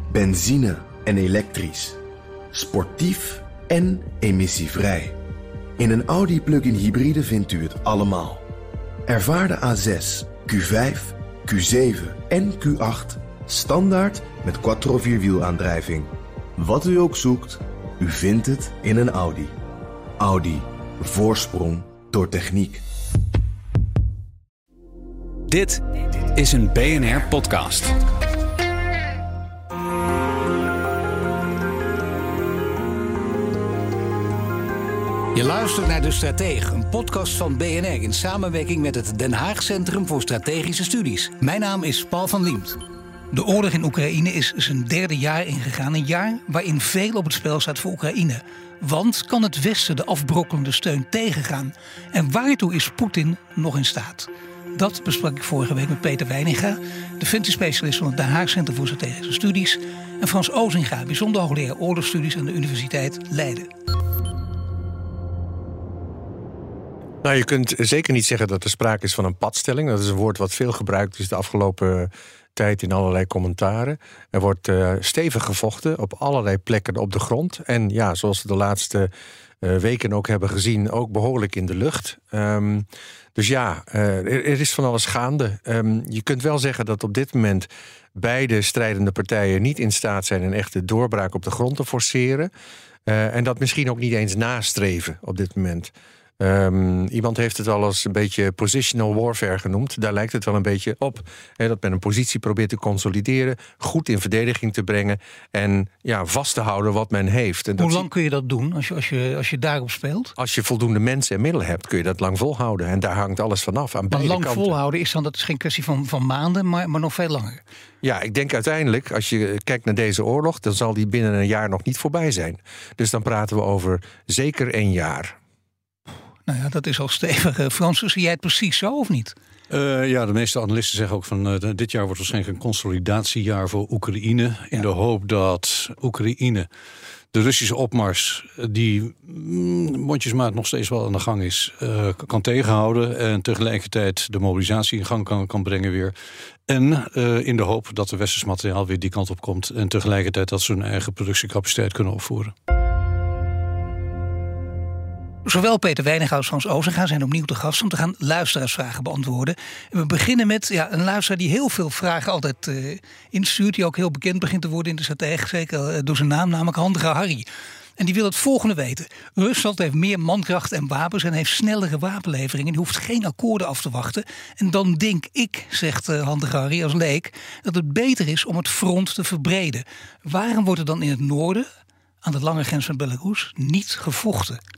Benzine en elektrisch. Sportief en emissievrij. In een Audi plug-in hybride vindt u het allemaal. Ervaar de A6, Q5, Q7 en Q8 standaard met quattro-vierwielaandrijving. Wat u ook zoekt, u vindt het in een Audi. Audi. Voorsprong door techniek. Dit is een BNR-podcast. Je luistert naar De Stratege, een podcast van BNR in samenwerking met het Den Haag Centrum voor Strategische Studies. Mijn naam is Paul van Liemt. De oorlog in Oekraïne is zijn derde jaar ingegaan. Een jaar waarin veel op het spel staat voor Oekraïne. Want kan het Westen de afbrokkelende steun tegengaan? En waartoe is Poetin nog in staat? Dat besprak ik vorige week met Peter Weininga, defensiespecialist van het Den Haag Centrum voor Strategische Studies, en Frans Ozinga, bijzonder hoogleraar oorlogsstudies aan de Universiteit Leiden. Nou, je kunt zeker niet zeggen dat er sprake is van een padstelling. Dat is een woord wat veel gebruikt is de afgelopen tijd in allerlei commentaren. Er wordt stevig gevochten op allerlei plekken op de grond. En ja, zoals we de laatste weken ook hebben gezien, ook behoorlijk in de lucht. Dus ja, er is van alles gaande. Je kunt wel zeggen dat op dit moment beide strijdende partijen niet in staat zijn een echte doorbraak op de grond te forceren. En dat misschien ook niet eens nastreven op dit moment. Iemand heeft het al eens een beetje positional warfare genoemd. Daar lijkt het wel een beetje op. Dat men een positie probeert te consolideren, goed in verdediging te brengen en ja, vast te houden wat men heeft. En hoe lang kun je dat doen als je daarop speelt? Als je voldoende mensen en middelen hebt, kun je dat lang volhouden. En daar hangt alles vanaf. Aan beide lang kanten. Volhouden is dan, dat is geen kwestie van maanden, maar nog veel langer. Ja, ik denk uiteindelijk, als je kijkt naar deze oorlog, dan zal die binnen een jaar nog niet voorbij zijn. Dus dan praten we over zeker 1 jaar. Nou ja, dat is al stevig. Frans, zie jij het precies zo of niet? Ja, de meeste analisten zeggen ook van dit jaar wordt waarschijnlijk een consolidatiejaar voor Oekraïne. In de hoop dat Oekraïne de Russische opmars, die mondjesmaat nog steeds wel aan de gang is, kan tegenhouden. En tegelijkertijd de mobilisatie in gang kan brengen weer. En in de hoop dat de westers materiaal weer die kant op komt. En tegelijkertijd dat ze hun eigen productiecapaciteit kunnen opvoeren. Zowel Peter Weininga als Frans Ozinga zijn opnieuw te gast om te gaan luisteraarsvragen beantwoorden. En we beginnen met een luisteraar die heel veel vragen altijd instuurt. Die ook heel bekend begint te worden in de strategie, zeker door zijn naam, namelijk Handra Harry. En die wil het volgende weten. Rusland heeft meer mankracht en wapens en heeft snellere wapenleveringen. Die hoeft geen akkoorden af te wachten. En dan denk ik, zegt Handra Harry als leek, dat het beter is om het front te verbreden. Waarom wordt er dan in het noorden, aan de lange grens van Belarus, niet gevochten?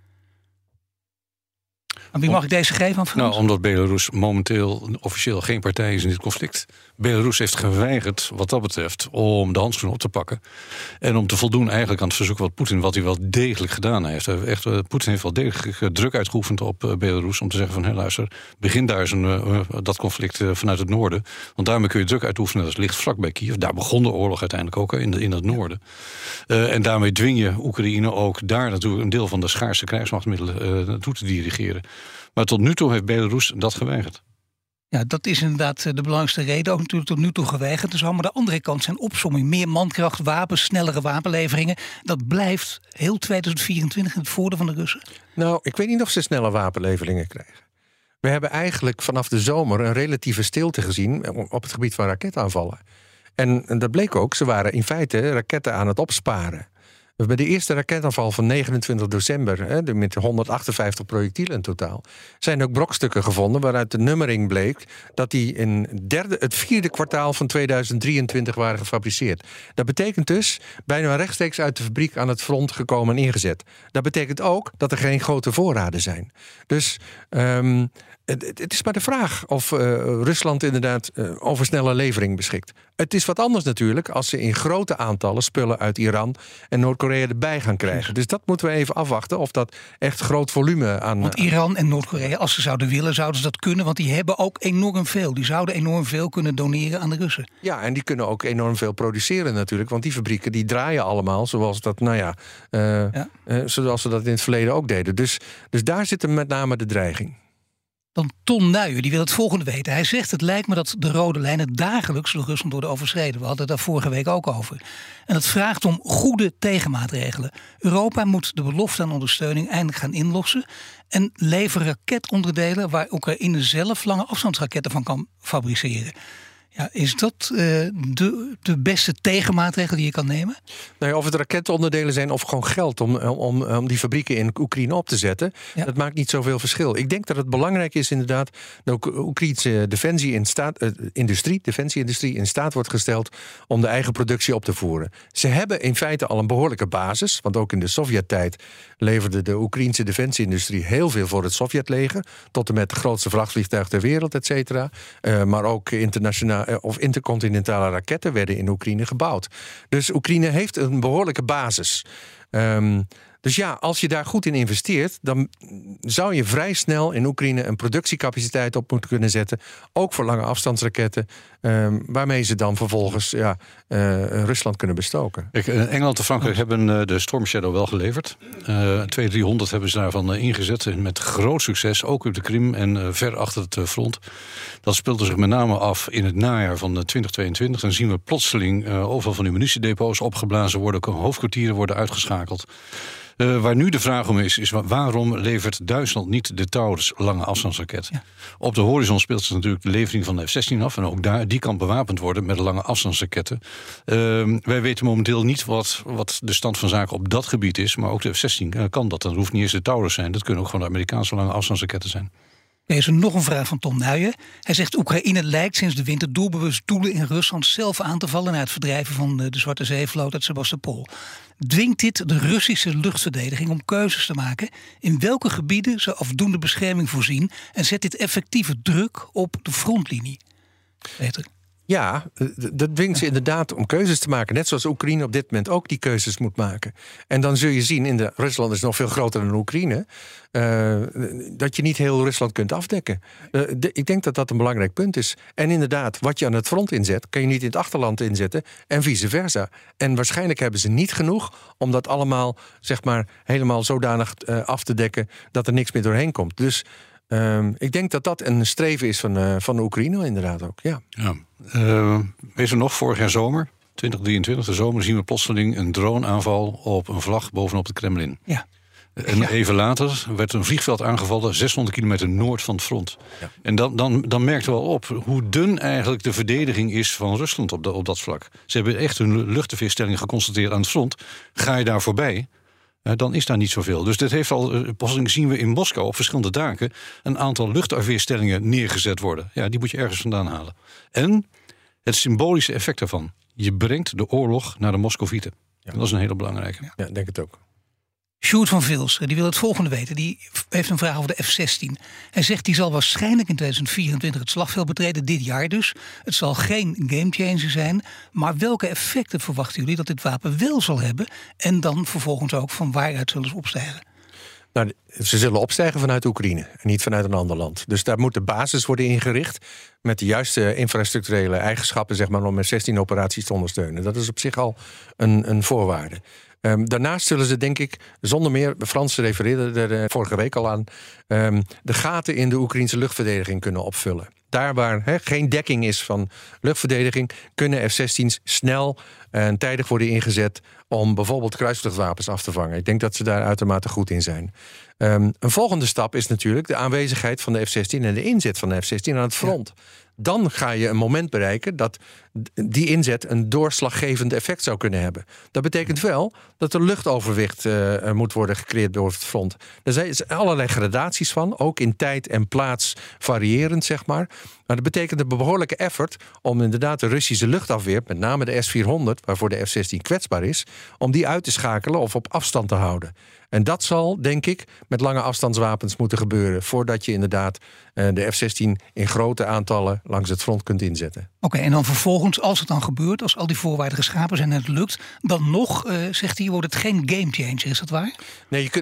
Aan wie mag ik deze geven aan Frans? Nou, omdat Belarus momenteel officieel geen partij is in dit conflict. Belarus heeft geweigerd, wat dat betreft, om de handschoen op te pakken. En om te voldoen eigenlijk aan het verzoek wat Poetin, wat hij wel degelijk gedaan heeft. Poetin heeft wel degelijk druk uitgeoefend op Belarus om te zeggen van, hé, luister, begin daar dat conflict vanuit het noorden. Want daarmee kun je druk uitoefenen. Dat ligt vlakbij Kiev. Daar begon de oorlog uiteindelijk ook in het noorden. En daarmee dwing je Oekraïne ook daar natuurlijk een deel van de schaarse krijgsmachtmiddelen naartoe te dirigeren. Maar tot nu toe heeft Belarus dat geweigerd. Ja, dat is inderdaad de belangrijkste reden. Ook natuurlijk tot nu toe geweigerd. Dus maar de andere kant zijn opsomming. Meer mankracht, wapens, snellere wapenleveringen. Dat blijft heel 2024 in het voordeel van de Russen. Nou, ik weet niet of ze snelle wapenleveringen krijgen. We hebben eigenlijk vanaf de zomer een relatieve stilte gezien op het gebied van raketaanvallen. En dat bleek ook, ze waren in feite raketten aan het opsparen. Bij de eerste raketaanval van 29 december, met 158 projectielen in totaal, zijn ook brokstukken gevonden waaruit de nummering bleek dat die in het vierde kwartaal van 2023 waren gefabriceerd. Dat betekent dus bijna rechtstreeks uit de fabriek aan het front gekomen en ingezet. Dat betekent ook dat er geen grote voorraden zijn. Dus het is maar de vraag of Rusland inderdaad over snelle levering beschikt. Het is wat anders natuurlijk als ze in grote aantallen spullen uit Iran en Noord-Korea erbij gaan krijgen. Dus dat moeten we even afwachten of dat echt groot volume aan. Want Iran en Noord-Korea, als ze zouden willen, zouden ze dat kunnen. Want die hebben ook enorm veel. Die zouden enorm veel kunnen doneren aan de Russen. Ja, en die kunnen ook enorm veel produceren natuurlijk. Want die fabrieken die draaien allemaal zoals dat, zoals ze dat in het verleden ook deden. Dus daar zit met name de dreiging. Dan Ton Nuijen, die wil het volgende weten. Hij zegt, het lijkt me dat de rode lijnen dagelijks door Rusland worden overschreden. We hadden het daar vorige week ook over. En het vraagt om goede tegenmaatregelen. Europa moet de belofte aan ondersteuning eindelijk gaan inlossen en leveren raketonderdelen waar Oekraïne zelf lange afstandsraketten van kan fabriceren. Ja, is dat de beste tegenmaatregel die je kan nemen? Nou ja, of het raketonderdelen zijn of gewoon geld om die fabrieken in Oekraïne op te zetten. Ja. Dat maakt niet zoveel verschil. Ik denk dat het belangrijk is inderdaad dat de Oekraïnse defensieindustrie in staat wordt gesteld om de eigen productie op te voeren. Ze hebben in feite al een behoorlijke basis. Want ook in de Sovjet-tijd leverde de Oekraïnse defensieindustrie heel veel voor het Sovjetleger. Tot en met het grootste vrachtvliegtuig ter wereld, et cetera. Maar ook internationaal of intercontinentale raketten werden in Oekraïne gebouwd. Dus Oekraïne heeft een behoorlijke basis. Dus ja, als je daar goed in investeert, dan zou je vrij snel in Oekraïne een productiecapaciteit op moeten kunnen zetten. Ook voor lange afstandsraketten. Waarmee ze dan vervolgens Rusland kunnen bestoken. Engeland en Frankrijk hebben de Storm Shadow wel geleverd. 200-300 hebben ze daarvan ingezet. En met groot succes, ook op de Krim en ver achter het front. Dat speelde zich met name af in het najaar van 2022. Dan zien we plotseling overal van die munitiedepots opgeblazen worden. Hoofdkwartieren worden uitgeschakeld. Waar nu de vraag om is waarom levert Duitsland niet de Taurus lange afstandsraket? Ja. Op de horizon speelt zich natuurlijk de levering van de F-16 af. En ook die kan bewapend worden met lange afstandsraketten. Wij weten momenteel niet wat de stand van zaken op dat gebied is. Maar ook de F-16 kan dat. Dat hoeft niet eens de Taurus zijn. Dat kunnen ook gewoon de Amerikaanse lange afstandsraketten zijn. Er is nog een vraag van Tom Nuijen. Hij zegt, Oekraïne lijkt sinds de winter doelbewust doelen in Rusland zelf aan te vallen na het verdrijven van de Zwarte Zeevloot uit Sebastopol. Dwingt dit de Russische luchtverdediging om keuzes te maken in welke gebieden ze afdoende bescherming voorzien en zet dit effectieve druk op de frontlinie? Peter? Ja, dat dwingt ze inderdaad om keuzes te maken. Net zoals Oekraïne op dit moment ook die keuzes moet maken. En dan zul je zien, Rusland is nog veel groter dan Oekraïne, dat je niet heel Rusland kunt afdekken. Ik denk dat dat een belangrijk punt is. En inderdaad, wat je aan het front inzet, kan je niet in het achterland inzetten en vice versa. En waarschijnlijk hebben ze niet genoeg om dat allemaal, zeg maar, helemaal zodanig af te dekken dat er niks meer doorheen komt. Dus ik denk dat dat een streven is van de Oekraïne inderdaad ook. Ja. Weet je nog, vorig jaar zomer, 2023, de zomer, zien we plotseling een droneaanval op een vlag bovenop de Kremlin. Ja. En even later werd een vliegveld aangevallen 600 kilometer noord van het front. Ja. En dan merkten we al op hoe dun eigenlijk de verdediging is van Rusland op dat vlak. Ze hebben echt hun luchtafweerstelling geconstateerd aan het front. Ga je daar voorbij, dan is daar niet zoveel. Dus dit heeft al, plotseling zien we in Moskou op verschillende daken een aantal luchtafweerstellingen neergezet worden. Ja, die moet je ergens vandaan halen. En het symbolische effect daarvan. Je brengt de oorlog naar de Moscovieten. Ja. Dat is een hele belangrijke. Ja, denk het ook. Sjoerd van Vilsen, die wil het volgende weten. Die heeft een vraag over de F-16. Hij zegt, die zal waarschijnlijk in 2024 het slagveld betreden, dit jaar dus. Het zal geen gamechanger zijn. Maar welke effecten verwachten jullie dat dit wapen wel zal hebben? En dan vervolgens ook van waaruit zullen ze opstijgen? Nou, ze zullen opstijgen vanuit Oekraïne en niet vanuit een ander land. Dus daar moet de basis worden ingericht met de juiste infrastructurele eigenschappen, zeg maar, om F-16-operaties te ondersteunen. Dat is op zich al een voorwaarde. Daarnaast zullen ze, denk ik, zonder meer, Frans refereerde er vorige week al aan, de gaten in de Oekraïnse luchtverdediging kunnen opvullen. Daar waar geen dekking is van luchtverdediging, kunnen F-16's snel en tijdig worden ingezet om bijvoorbeeld kruisvluchtwapens af te vangen. Ik denk dat ze daar uitermate goed in zijn. Een volgende stap is natuurlijk de aanwezigheid van de F-16 en de inzet van de F-16 aan het front. Ja. Dan ga je een moment bereiken dat die inzet een doorslaggevend effect zou kunnen hebben. Dat betekent wel dat er luchtoverwicht moet worden gecreëerd door het front. Er zijn allerlei gradaties van, ook in tijd en plaats variërend, zeg maar. Maar dat betekent een behoorlijke effort om inderdaad de Russische luchtafweer, met name de S-400, waarvoor de F-16 kwetsbaar is, om die uit te schakelen of op afstand te houden. En dat zal, denk ik, met lange afstandswapens moeten gebeuren voordat je inderdaad de F-16 in grote aantallen langs het front kunt inzetten. Oké, en dan vervolgens, als het dan gebeurt, als al die voorwaarden geschapen zijn en het lukt, dan nog, zegt hij, wordt het geen gamechanger. Is dat waar? Nee, je kunt,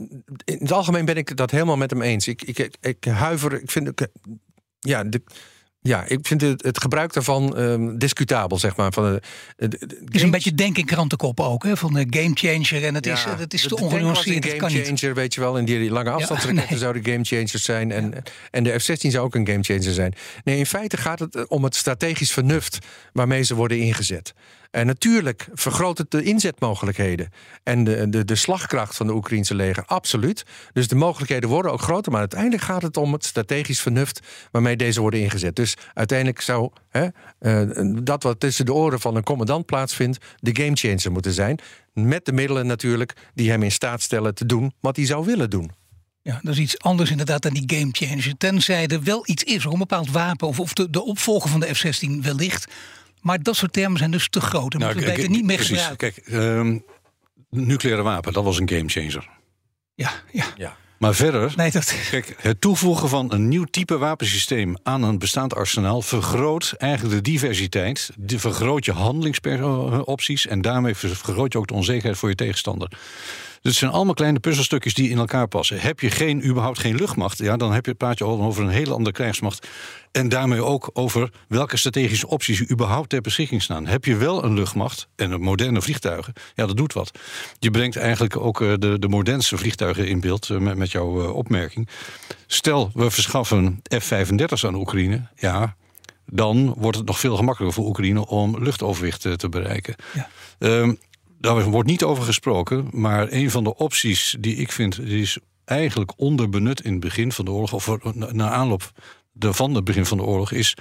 in het algemeen ben ik dat helemaal met hem eens. Ik huiver, ik vind... Ja, ik vind het gebruik daarvan discutabel, zeg maar. Het is een beetje denk in krantenkoppen ook, hè? Van de gamechanger. En het is te ongenuanceerd. Een gamechanger, weet je wel. En die lange afstandsraketten zouden gamechangers zijn. En de F-16 zou ook een gamechanger zijn. Nee, in feite gaat het om het strategisch vernuft waarmee ze worden ingezet. En natuurlijk vergroot het de inzetmogelijkheden en de slagkracht van de Oekraïense leger, absoluut. Dus de mogelijkheden worden ook groter, maar uiteindelijk gaat het om het strategisch vernuft waarmee deze worden ingezet. Dus uiteindelijk zou dat wat tussen de oren van een commandant plaatsvindt, de gamechanger moeten zijn. Met de middelen natuurlijk die hem in staat stellen te doen wat hij zou willen doen. Ja, dat is iets anders inderdaad dan die gamechanger. Tenzij er wel iets is, een bepaald wapen of de opvolger van de F-16 wellicht. Maar dat soort termen zijn dus te groot. En moeten we beter niet meer gebruiken. Kijk, nucleaire wapen, dat was een gamechanger. Ja. Maar verder, Kijk, het toevoegen van een nieuw type wapensysteem aan een bestaand arsenaal vergroot eigenlijk de diversiteit, vergroot je handelingsopties en daarmee vergroot je ook de onzekerheid voor je tegenstander. Dus het zijn allemaal kleine puzzelstukjes die in elkaar passen. Heb je überhaupt geen luchtmacht, ja, dan heb je het praatje over een hele andere krijgsmacht. En daarmee ook over welke strategische opties je überhaupt ter beschikking staan. Heb je wel een luchtmacht en een moderne vliegtuigen, ja, dat doet wat. Je brengt eigenlijk ook de modernste vliegtuigen in beeld met jouw opmerking. Stel, we verschaffen F-35's aan Oekraïne, ja, dan wordt het nog veel gemakkelijker voor Oekraïne om luchtoverwicht te bereiken. Ja. Daar wordt niet over gesproken, maar een van de opties die ik vind, die is eigenlijk onderbenut in het begin van de oorlog, of na aanloop van het begin van de oorlog, is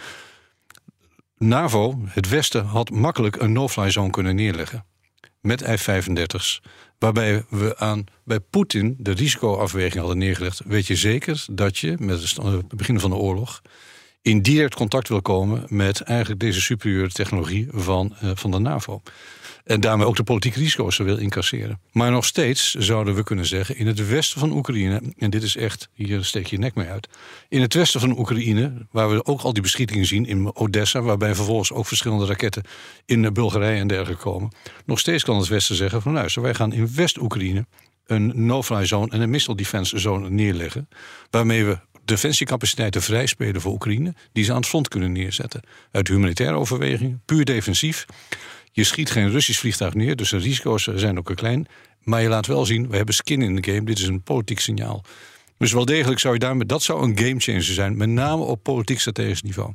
NAVO, het Westen, had makkelijk een no-fly zone kunnen neerleggen met F-35's, waarbij we bij Poetin de risicoafweging hadden neergelegd. Weet je zeker dat je met het begin van de oorlog in direct contact wil komen met eigenlijk deze superieure technologie van de NAVO. En daarmee ook de politieke risico's wil incasseren. Maar nog steeds zouden we kunnen zeggen, in het westen van Oekraïne, en dit is echt, hier steek je nek mee uit, in het westen van Oekraïne, waar we ook al die beschietingen zien in Odessa, waarbij vervolgens ook verschillende raketten in Bulgarije en dergelijke komen, nog steeds kan het westen zeggen van luister, wij gaan in West-Oekraïne een no-fly zone en een missile defense zone neerleggen, waarmee we defensiecapaciteiten vrijspelen voor Oekraïne, die ze aan het front kunnen neerzetten. Uit humanitaire overwegingen, puur defensief. Je schiet geen Russisch vliegtuig neer, dus de risico's zijn ook klein. Maar je laat wel zien, we hebben skin in de game. Dit is een politiek signaal. Dus wel degelijk zou je daarmee, dat zou een gamechanger zijn. Met name op politiek strategisch niveau.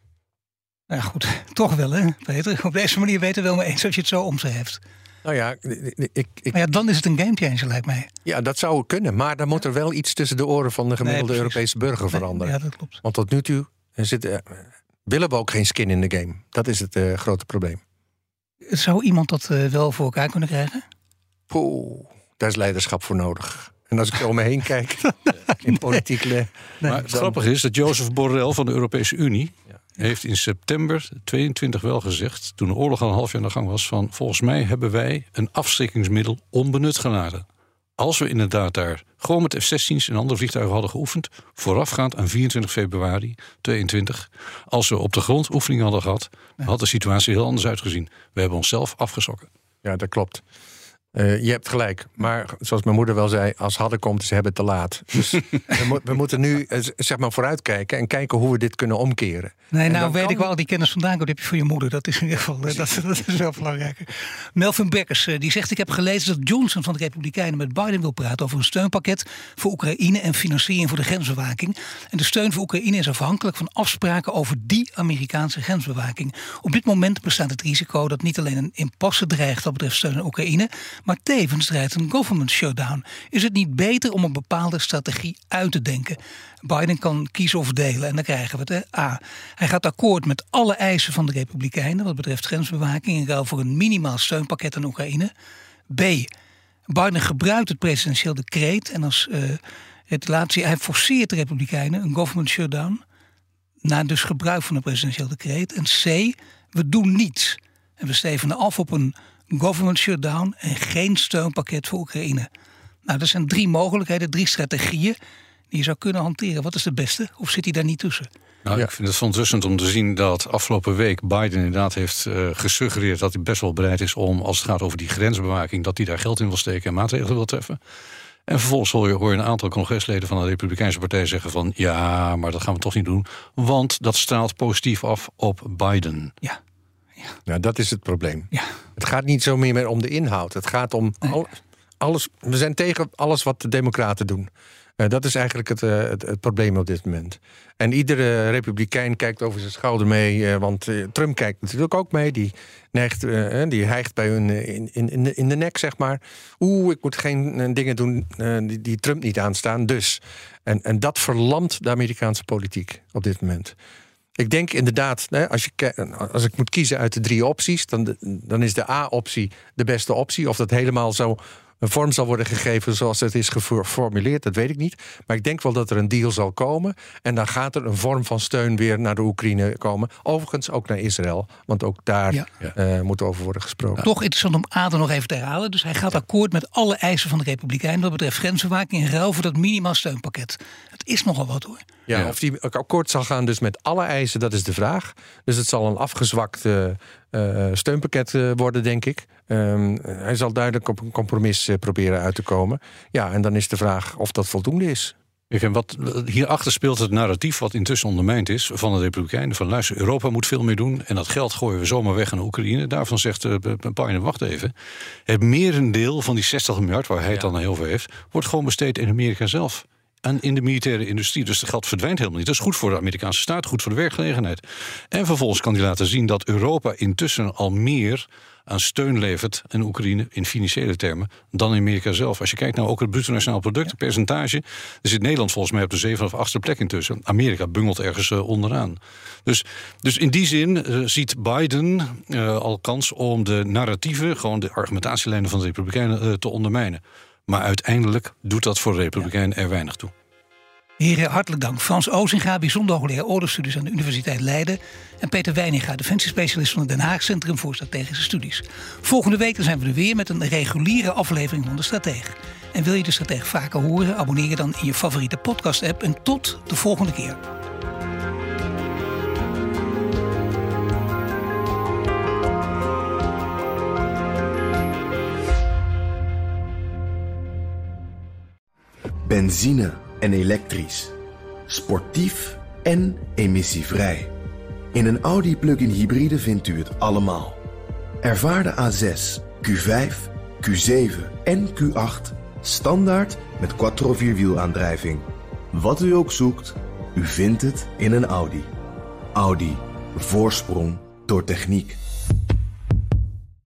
Nou ja, goed, toch wel hè, Peter. Op deze manier weten we wel mee eens als je het zo omschrijft. Nou ja, maar ja, dan is het een gamechanger, lijkt mij. Ja, dat zou kunnen. Maar dan moet er wel iets tussen de oren van de gemiddelde Europese burger veranderen. Ja, dat klopt. Want tot nu toe willen we ook geen skin in de game. Dat is het grote probleem. Zou iemand dat wel voor elkaar kunnen krijgen? Poeh, daar is leiderschap voor nodig. En als ik zo om me heen kijk, in politiek... Maar het grappige is dat Joseph Borrell van de Europese Unie heeft in september 22 wel gezegd, toen de oorlog al een half jaar aan de gang was, van volgens mij hebben wij een afschrikkingsmiddel onbenut gelaten. Als we inderdaad daar gewoon met F-16's en andere vliegtuigen hadden geoefend, voorafgaand aan 24 februari 22, als we op de grond oefeningen hadden gehad, had de situatie heel anders uitgezien. We hebben onszelf afgeschrokken. Ja, dat klopt. Je hebt gelijk. Maar zoals mijn moeder wel zei, als hadden komt, ze hebben te laat. Dus we moeten nu zeg maar vooruitkijken en kijken hoe we dit kunnen omkeren. Nee, nou weet ik wel, die kennis vandaan komt, heb je voor je moeder. Dat is in ieder geval dat is wel belangrijk. Melvin Beckers die zegt, ik heb gelezen dat Johnson van de Republikeinen met Biden wil praten over een steunpakket voor Oekraïne en financiering voor de grensbewaking. En de steun voor Oekraïne is afhankelijk van afspraken over die Amerikaanse grensbewaking. Op dit moment bestaat het risico dat niet alleen een impasse dreigt wat betreft steun aan Oekraïne, maar tevens dreigt een government shutdown. Is het niet beter om een bepaalde strategie uit te denken? Biden kan kiezen of delen en dan krijgen we het. A. Hij gaat akkoord met alle eisen van de Republikeinen wat betreft grensbewaking in ruil voor een minimaal steunpakket aan Oekraïne. B. Biden gebruikt het presidentieel decreet en als retaliatie, hij forceert de Republikeinen een government shutdown na dus gebruik van het presidentieel decreet. En C. We doen niets. En we stevenen af op een government shutdown en geen steunpakket voor Oekraïne. Nou, dat zijn 3 mogelijkheden, 3 strategieën die je zou kunnen hanteren. Wat is de beste? Of zit hij daar niet tussen? Nou, ik vind het verontrustend om te zien dat afgelopen week Biden inderdaad heeft gesuggereerd dat hij best wel bereid is om, als het gaat over die grensbewaking, dat hij daar geld in wil steken en maatregelen wil treffen. En vervolgens hoor je een aantal congresleden van de Republikeinse Partij zeggen van... ja, maar dat gaan we toch niet doen, want dat straalt positief af op Biden. Ja. Nou, dat is het probleem. Ja. Het gaat niet zo meer om de inhoud. Het gaat om alles. We zijn tegen alles wat de Democraten doen. Dat is eigenlijk het probleem op dit moment. En iedere republikein kijkt over zijn schouder mee. Want Trump kijkt natuurlijk ook mee. Die hijgt bij hun in de nek, zeg maar. Ik moet geen dingen doen die Trump niet aanstaan. Dus. En dat verlamt de Amerikaanse politiek op dit moment. Ik denk inderdaad, als ik moet kiezen uit de 3 opties... dan is de A-optie de beste optie. Of dat helemaal zo een vorm zal worden gegeven zoals het is geformuleerd, dat weet ik niet. Maar ik denk wel dat er een deal zal komen. En dan gaat er een vorm van steun weer naar de Oekraïne komen. Overigens ook naar Israël, want ook daar moet over worden gesproken. Toch interessant om Ader nog even te herhalen. Dus hij gaat akkoord met alle eisen van de Republikeinen wat betreft grensbewaking in ruil voor dat minimaal steunpakket. Het is nogal wat, hoor. Ja, of die akkoord zal gaan dus met alle eisen, dat is de vraag. Dus het zal een afgezwakt steunpakket worden, denk ik. Hij zal duidelijk op een compromis proberen uit te komen. Ja, en dan is de vraag of dat voldoende is. En wat hierachter speelt het narratief wat intussen ondermijnd is van de Republikeinen. Van luister, Europa moet veel meer doen en dat geld gooien we zomaar weg aan Oekraïne. Daarvan zegt Biden, wacht even. Het merendeel van die 60 miljard, waar hij het dan heel veel heeft, wordt gewoon besteed in Amerika zelf. En in de militaire industrie. Dus het geld verdwijnt helemaal niet. Dat is goed voor de Amerikaanse staat, goed voor de werkgelegenheid. En vervolgens kan hij laten zien dat Europa intussen al meer aan steun levert aan Oekraïne in financiële termen dan in Amerika zelf. Als je kijkt naar ook het bruto nationaal product, het percentage, dan zit Nederland volgens mij op de 7e of 8e plek intussen. Amerika bungelt ergens onderaan. Dus in die zin ziet Biden al kans om de narratieven, gewoon de argumentatielijnen van de Republikeinen te ondermijnen. Maar uiteindelijk doet dat voor de Republikeinen er weinig toe. Heren, hartelijk dank. Frans Ozinga, bijzonder hoogleraar oorlogsstudies aan de Universiteit Leiden. En Peter Wijninga, defensiespecialist van het Den Haag Centrum voor Strategische Studies. Volgende week zijn we er weer met een reguliere aflevering van De Strateeg. En wil je De Strateeg vaker horen? Abonneer je dan in je favoriete podcast-app. En tot de volgende keer. Benzine en elektrisch. Sportief en emissievrij. In een Audi plug-in hybride vindt u het allemaal. Ervaar de A6, Q5, Q7 en Q8 standaard met quattro-vierwielaandrijving. Wat u ook zoekt, u vindt het in een Audi. Audi. Voorsprong door techniek.